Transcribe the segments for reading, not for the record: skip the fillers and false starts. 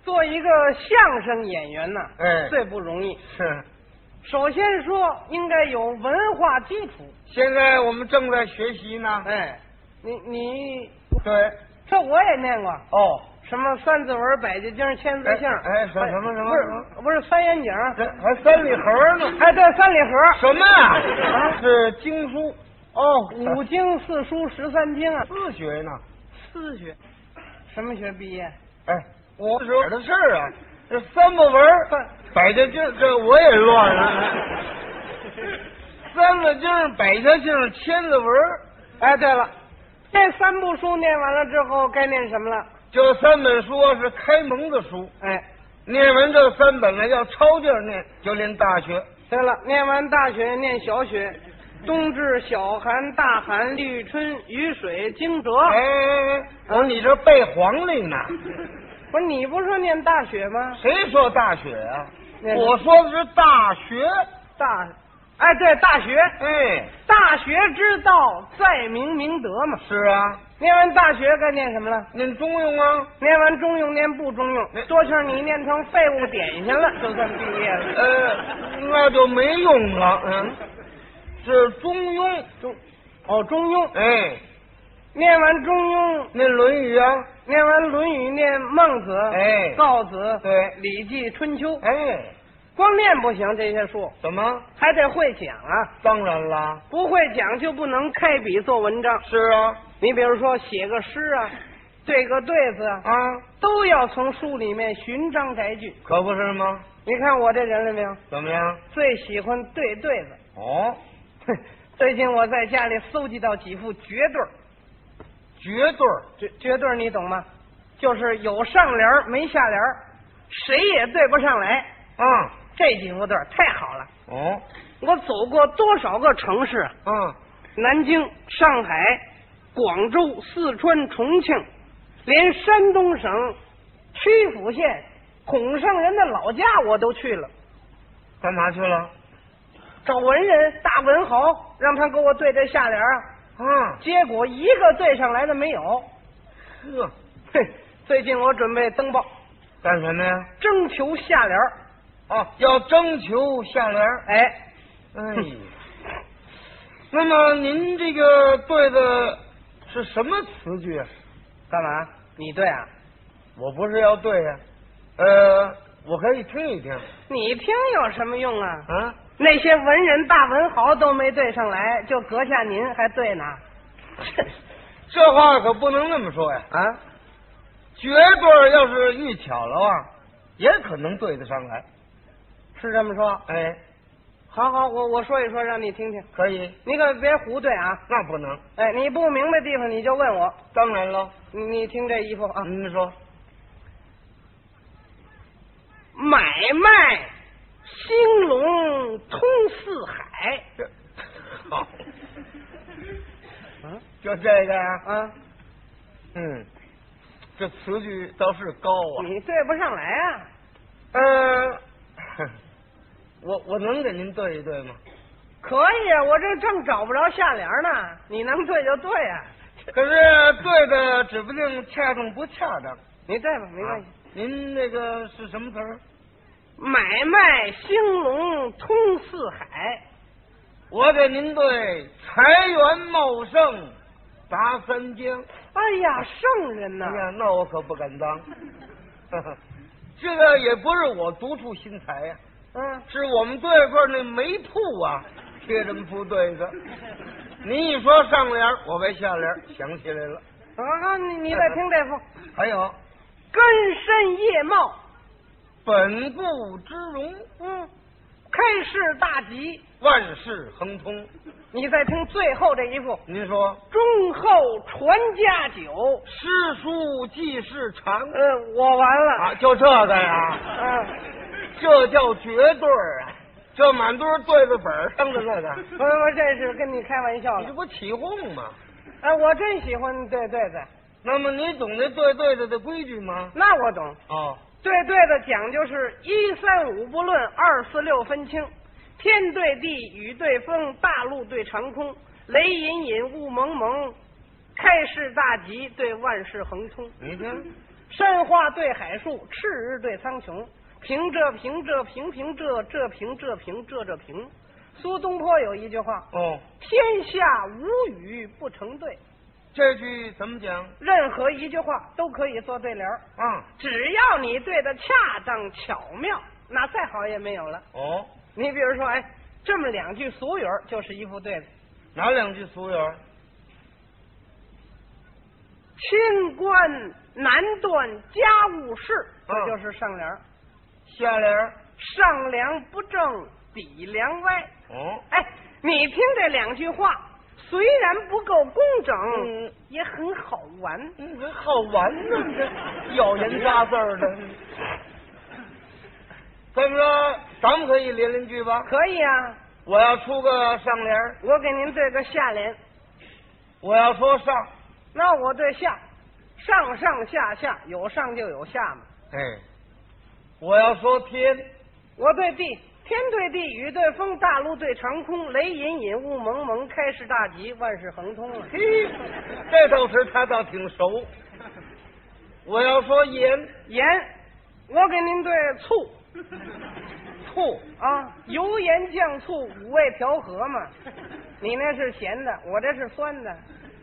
做一个相声演员呢，最不容易。 是， 首先说应该有文化基础。 现在我们正在学习呢。 你对， 这我也念过。 哦， 什么三字文、百家经、千字性。 什么？ 不是三眼井， 还三里河呢。 对，三里河。 什么呀？是经书。 哦，五经、四书、13经啊。 四学呢？ 四学。什么学毕业？ 我这的事儿啊，这三部文、百家经，这我也乱了。三字经、百家经、千字文。 对了，这三部书念完了之后，该念什么了？ 这三本书是开蒙的书。念完这三本呢，要抄劲儿念，就念大学。 对了，念完大学念小学。冬至、小寒、大寒、立春、雨水、惊蛰。 我说你这背黄历呢？ 不是你不是说念大学吗？ 谁说大学啊？我说的是大学。 对，大学。大学之道，在明明德嘛。 是啊。 念完大学该念什么了？ 念中庸啊。 念完中庸，念不中庸。多少你念成废物点心了，就算毕业了。 那就没用了。是中庸。 中庸。念完中庸， 念论语啊。 念完论语，念孟子。告子。 对， 礼记、春秋。 光念不行，这些书怎么还得会讲啊？ 当然啦， 不会讲就不能开笔做文章。 是啊， 你比如说写个诗啊，对个对子啊，都要从书里面寻章摘句， 可不是吗？ 你看我这人了没有？ 怎么样？ 最喜欢对对子。最近我在家里搜集到几副绝对儿。绝对儿你懂吗？就是有上联没下联，谁也对不上来。这几副对儿太好了。我走过多少个城市南京、上海、广州、四川、重庆，连山东省曲阜县孔圣人的老家我都去了。 干嘛去了？ 找文人大文豪，让他给我对这下联结果一个对上来的没有。最近我准备登报。 干什么呀？ 征求下联。 要征求下联。那么您这个对的是什么词句啊？ 干嘛？你对啊？ 我不是要对呀。我可以听一听。 你听有什么用啊？那些文人大文豪都没对上来，就阁下您还对呢？ 这话可不能那么说呀！绝对要是遇巧了也可能对得上来。 是这么说？好，我说一说，让你听听。 可以， 你可别胡对啊！ 那不能。 你不明白地方你就问我。 当然了。 你听这一副啊。 您说。 买卖兴隆通四海。 好。就这个呀？这词句倒是高啊。 你对不上来啊？ 我能给您对一对吗？ 可以啊，我这正找不着下联呢，你能对就对啊。 可是对的指不定恰当不恰当。 你对吧，没关系。 您那个是什么词儿？ 买卖兴隆通四海。 我给您对财源茂盛达三江。 哎呀，圣人呐！ 那我可不敢当。这个也不是我独出心裁呀。是我们对过那煤铺贴这么副对子。您一说上联，我为下联想起来了。 你再听这副。 还有根深叶茂， 本固之荣。 开市大吉， 万事亨通。 你再听最后这一副。 您说忠厚传家久， 诗书继世长。 我完了就这个呀。这叫绝对这满都是对子本上的那个。 我这是跟你开玩笑了。 你这不起哄吗？ 我真喜欢对对子。 那么你懂那对对子的规矩吗？ 那我懂。对对子讲究是1、3、5不论，2、4、6分清，天对地，雨对风，大陆对长空，雷隐隐，雾蒙蒙，开市大吉，对万事亨通。 你听， 山花对海树，赤日对苍穹。平仄平仄平平仄，仄平仄平仄仄平。苏东坡有一句话，天下无语不成对。 这句怎么讲？ 任何一句话都可以做对联只要你对的恰当巧妙，那再好也没有了。你比如说，这么2句俗语就是一副对子。 哪2句俗语？ 清官难断家务事，这就是上联。 下联， 上梁不正底梁歪。你听这2句话，虽然不够工整，也很好玩。 好玩呢，这咬人扎字儿的。这么说，咱们可以连句吧？ 可以啊。 我要出个上联， 我给您对个下联。 我要说上， 那我对下，上上下下，有上就有下嘛。 我要说天， 我对地，天对地，雨对风，大陆对长空，雷隐隐，雾蒙蒙，开市大吉，万事亨通了。 这倒是他倒挺熟。我要说盐， 我给您对醋， 醋啊，油盐酱醋5味调和嘛。你那是咸的，我这是酸的。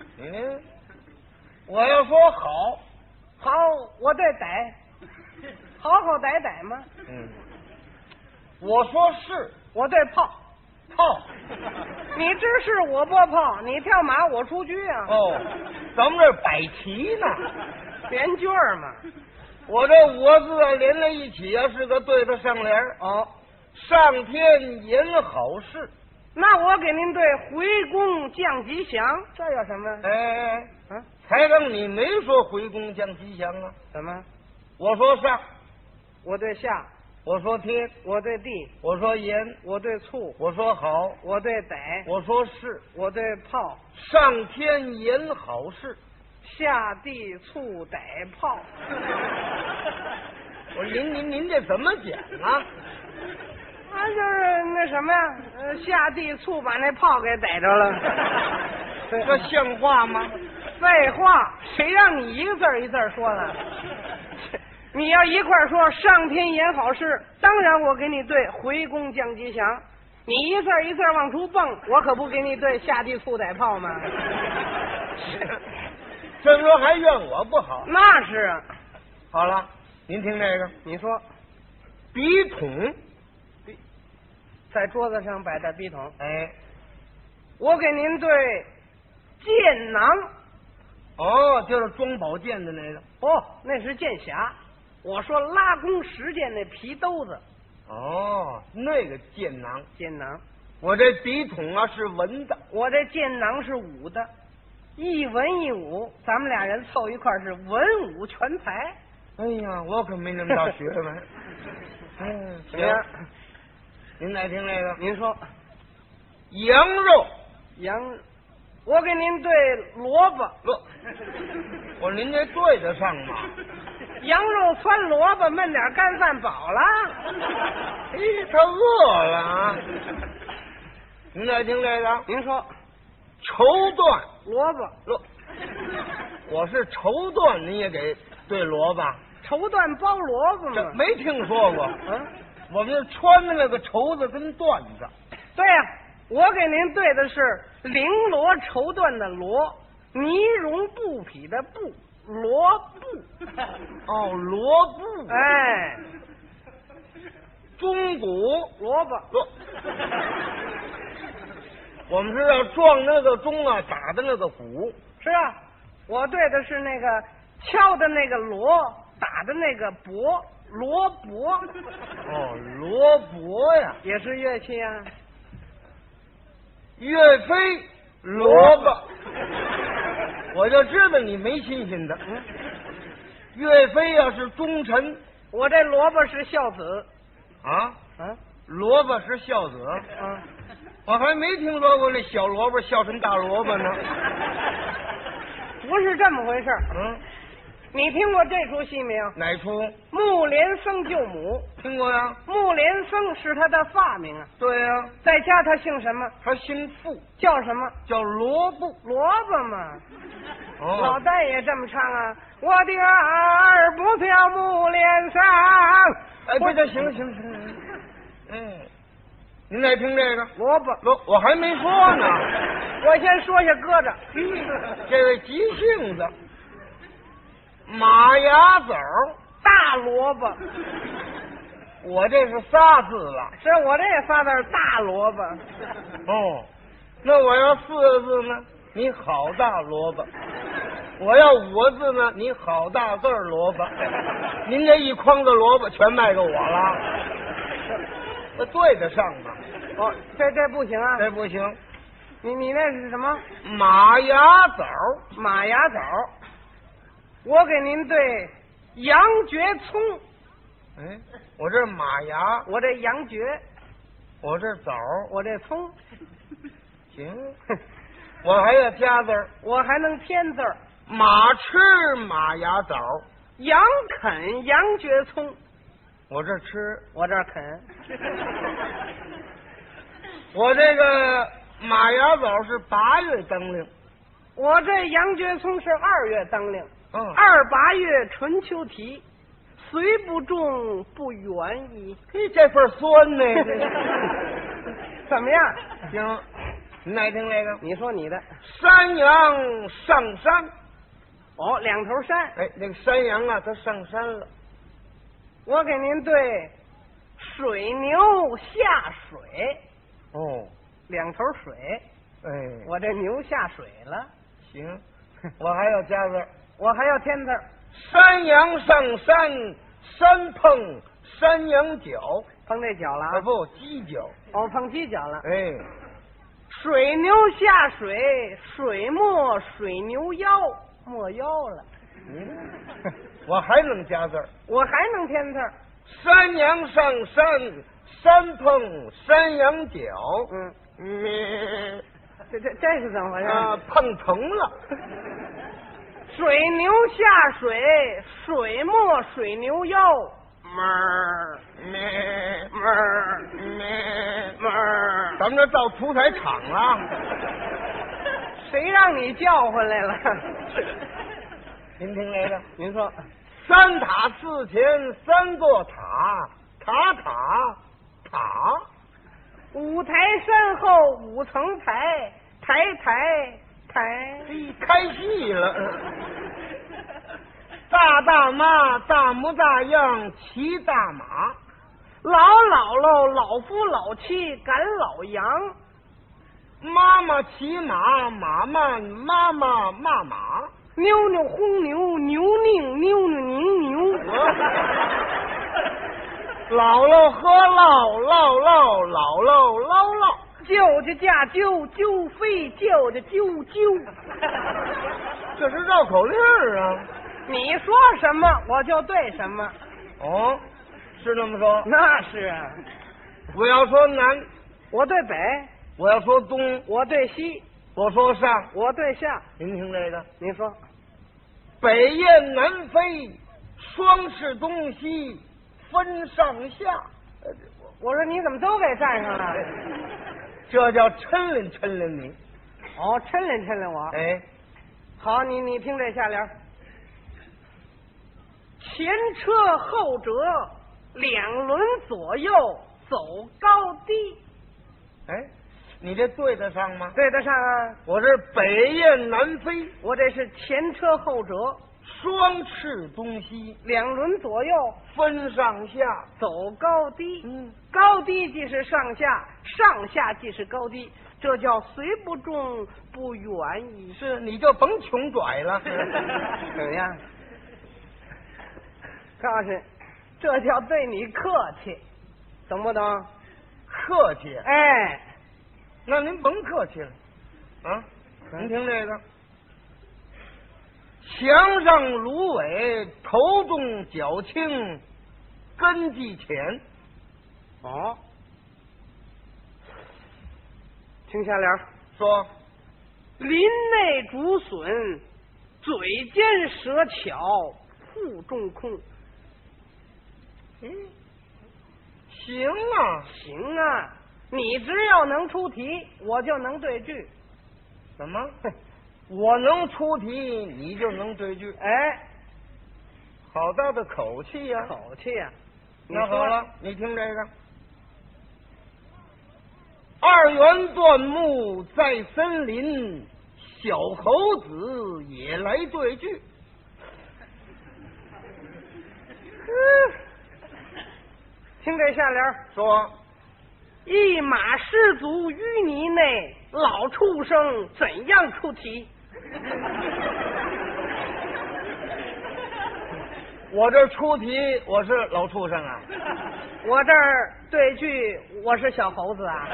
我要说好， 我对歹，好好歹歹嘛。 我说是， 我对炮，你支事我拨炮，你跳马我出车啊。 咱们这摆旗呢， 连句嘛。 我这5个字连在一起是个对的上联。上天言好事。 那我给您对回宫降吉祥，这有什么？ 才刚你没说回宫降吉祥啊？ 怎么？ 我说上， 我对下， 我说天， 我对地， 我说盐， 我对醋， 我说好， 我对歹， 我说是， 我对炮。 上天言好事， 下地醋歹炮。 我说您这怎么讲啊？ 就是那什么呀，下地醋把那炮给逮着了。 这像话吗？ 废话，谁让你一个字一字说的？你要一块说上天言好事，当然我给你对回宫降吉祥。你一字一字往出蹦，我可不给你对下地醋歹炮吗？ 这时候还怨我不好？ 那是啊。 好了，您听这个， 你说， 笔筒， 在桌子上摆的笔筒。 我给您对剑囊。 就是装宝剑的那个。 那是剑匣。我说拉弓实剑那皮兜子。 那个剑囊。我这笔筒是文的， 我这剑囊是武的，一文一武，咱们俩人凑一块是文武全才。 哎呀，我可没那么大学问。行，您来听这个。 您说， 羊肉， 我给您对萝卜。 我说您这对得上吗？ 羊肉汆萝卜，焖点干饭饱了。 他饿了啊！您来听这个。 您说， 绸缎， 萝卜。 我是绸缎，您也给对萝卜。 绸缎包萝卜吗？ 没听说过。我们穿的那个绸子跟缎子。 对呀，我给您对的是绫罗绸缎的罗，呢绒布匹的布，罗布。 罗布。中鼓， 萝卜。 我们是要撞那个钟啊，打的那个鼓。 是啊，我对的是那个敲的那个锣，打的那个钹，罗钹。 罗钹呀， 也是乐器啊。 岳飞，萝卜。我就知道你没新鲜的。岳飞是忠臣， 我这萝卜是孝子。 萝卜是孝子。我还没听说过那小萝卜孝顺大萝卜呢。 不是这么回事。 你听过这出戏没有？ 哪出？ 木莲僧救母。 听过呀。 木莲僧是他的发明啊。 对呀。 在家他姓什么？ 他姓傅。 叫什么？ 叫萝卜。 萝卜嘛。 哦。 老旦也这么唱啊。我的儿不叫木莲僧。 哎，别行了，行了，行了。您来听这个萝卜。 我还没说呢。 我先说下搁着。 这位急性子。马牙枣， 大萝卜。 我这是仨字了。 是我这也仨字大萝卜。 哦，那我要4个字呢？你好大萝卜。我要5个字呢？你好大个儿萝卜。您这一筐子萝卜全卖给我了，那对得上吗？ 哦，这不行啊， 这不行。 你那是什么？ 马牙枣。 马牙枣。我给您对羊蕨葱。 哎，我这马牙， 我这羊蕨， 我这枣， 我这葱。 行，我还要加字儿， 我还能添字儿。 马吃马牙枣， 羊啃羊蕨葱。 我这吃， 我这啃。 我这个马牙枣是8月当令， 我这羊蕨葱是2月当令。 2、 8月春秋啼，虽不种不远矣。 嘿，这份酸呢？ 怎么样？ 行，您爱听那个？ 你说你的。 山羊上山。 哦，2头山。 哎，那个山羊啊，它上山了。 我给您对水牛下水。 哦 ，2头水。 哎， 我这牛下水了。 行，我还要加字儿。 我还要添字儿。 山羊上山，山碰山羊角。 碰这脚了啊？ 不，犄角。 哦，碰犄角了。 哎， 水牛下水，水没水牛腰，没腰了。 我还能加字儿。 我还能添字儿。 山羊上山，山碰山羊角。 这是怎么回事？ 碰疼了。 水牛下水，水没水牛腰。 咱们这到屠宰场了。 谁让你叫回来了？ 您听那个？ 您说。 3塔4前3座塔，塔。 5台山后5层台，台。 开戏了。大妈大模大样骑大马， 老夫老妻赶老羊。 妈妈骑马，马慢，妈妈骂马。 妞轰牛，牛拧妞牛。 姥姥喝唠，唠。 舅舅嫁舅，舅妃舅舅啾。 这是绕口令啊！ 你说什么我就对什么。 哦，是这么说？ 那是啊。 我要说南， 我对北； 我要说东， 我对西； 我说上， 我对下。 您听这个， 您说。 北雁南飞，双翅东西分上下。 我说你怎么都给占上了？ 这叫抻练你。 哦，抻练我。 哎， 好，你听这下联：前车后辙，2轮左右走高低。 哎，你这对得上吗？ 对得上啊。 我是北雁南飞， 我这是前车后辙， 双翅东西 2轮左右分上下走高低。高低即是上下，上下即是高低，这叫虽不中不远矣。 是，你就甭穷拽了。 怎么样？告诉你，这叫对你客气，懂不懂？ 客气。 哎， 那您甭客气了啊！您听这个，墙上芦苇，头重脚轻，根基浅。 哦，听下联说：林内竹笋， 嘴尖舌巧，腹中空。 行啊， 行啊，你只要能出题，我就能对句。 什么？我能出题，你就能对句？ 哎， 好大的口气呀！ 口气呀！ 那好了，你听这个。二元断木在森林，小猴子也来对句。 听这下联说： 一马失足淤泥内，老畜生怎样出题？ 我这出题，我是老畜生啊！ 我这儿对句，我是小猴子啊！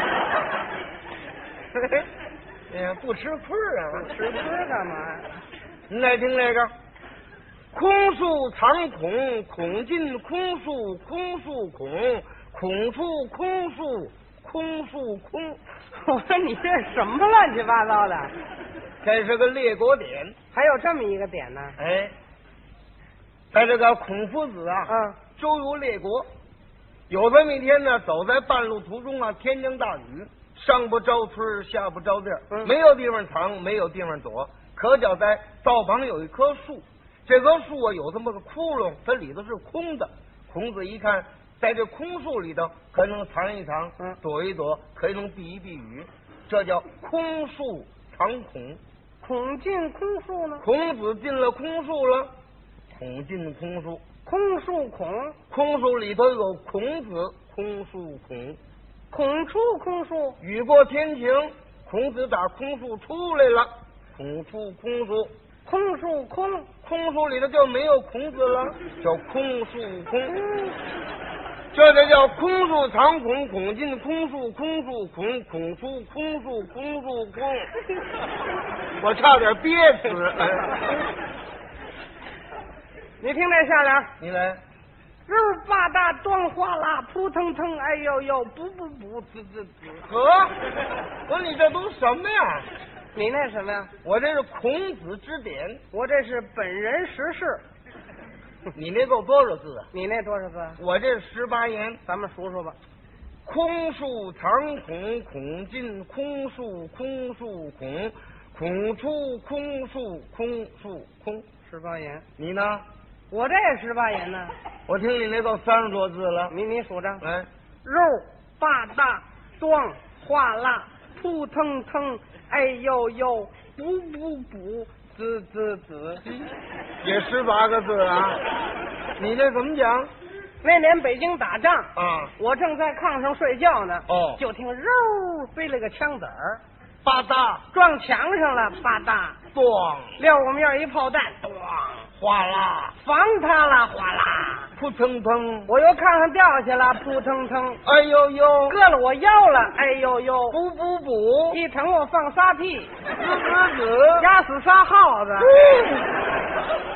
不吃亏啊！ 不吃亏干嘛？ 你来听这个：空树藏孔，孔进空树，空树孔，孔出空树，空树空。 我说你这什么乱七八糟的？ 这是个列国典， 还有这么一个典呢？ 哎，在这个孔夫子啊，周游列国。有这么一天呢，走在半路途中啊，天降大雨，上不着村，下不着地儿，没有地方藏，没有地方躲。可脚在道旁有一棵树，这棵树啊有这么个窟窿，它里头是空的。孔子一看，在这空树里头，可能藏一藏，躲一躲，可以能避一避雨，这叫空树藏孔。 孔进空树呢？ 孔子进了空树了，孔进空树。 空树孔， 空树里头有孔子，空树孔， 孔出空树。 雨过天晴，孔子打空树出来了，孔出空树， 空树空， 空树里头就没有孔子了，叫空树空。这就叫空树藏孔，孔进空树，空树孔，孔出空树，空树空。我差点憋死。 你听这下联， 你来。 肉吧嗒端哗啦，扑腾腾，哎呦呦，补补补，滋滋滋。 呵，我说你这都什么呀？ 你那什么呀？ 我这是孔子之典， 我这是本人实事。 你那够多少字啊？ 你那多少字？ 我这18言， 咱们数数吧。 空树藏孔，孔进空树，空树孔，孔出空树，空树空。 18言。 你呢？ 我这也18言呢。 我听你那够30多字了。 你数着。 来， 肉吧嗒端哗啦，扑腾腾，哎呦呦，补补补，滋滋滋。 也18个字啊。你这怎么讲？ 那年北京打仗啊， 我正在炕上睡觉呢， 就听肉飞了个枪子儿， 吧嗒撞墙上了，吧嗒， 咣， 撂我面一炮弹，咣， 哗啦， 房塌了，哗啦， 扑腾腾， 我由炕上掉下来，扑腾腾， 哎呦呦， 硌了我腰了，哎呦呦， 补补补， 一疼我放仨屁， 滋滋滋， 压死仨耗子。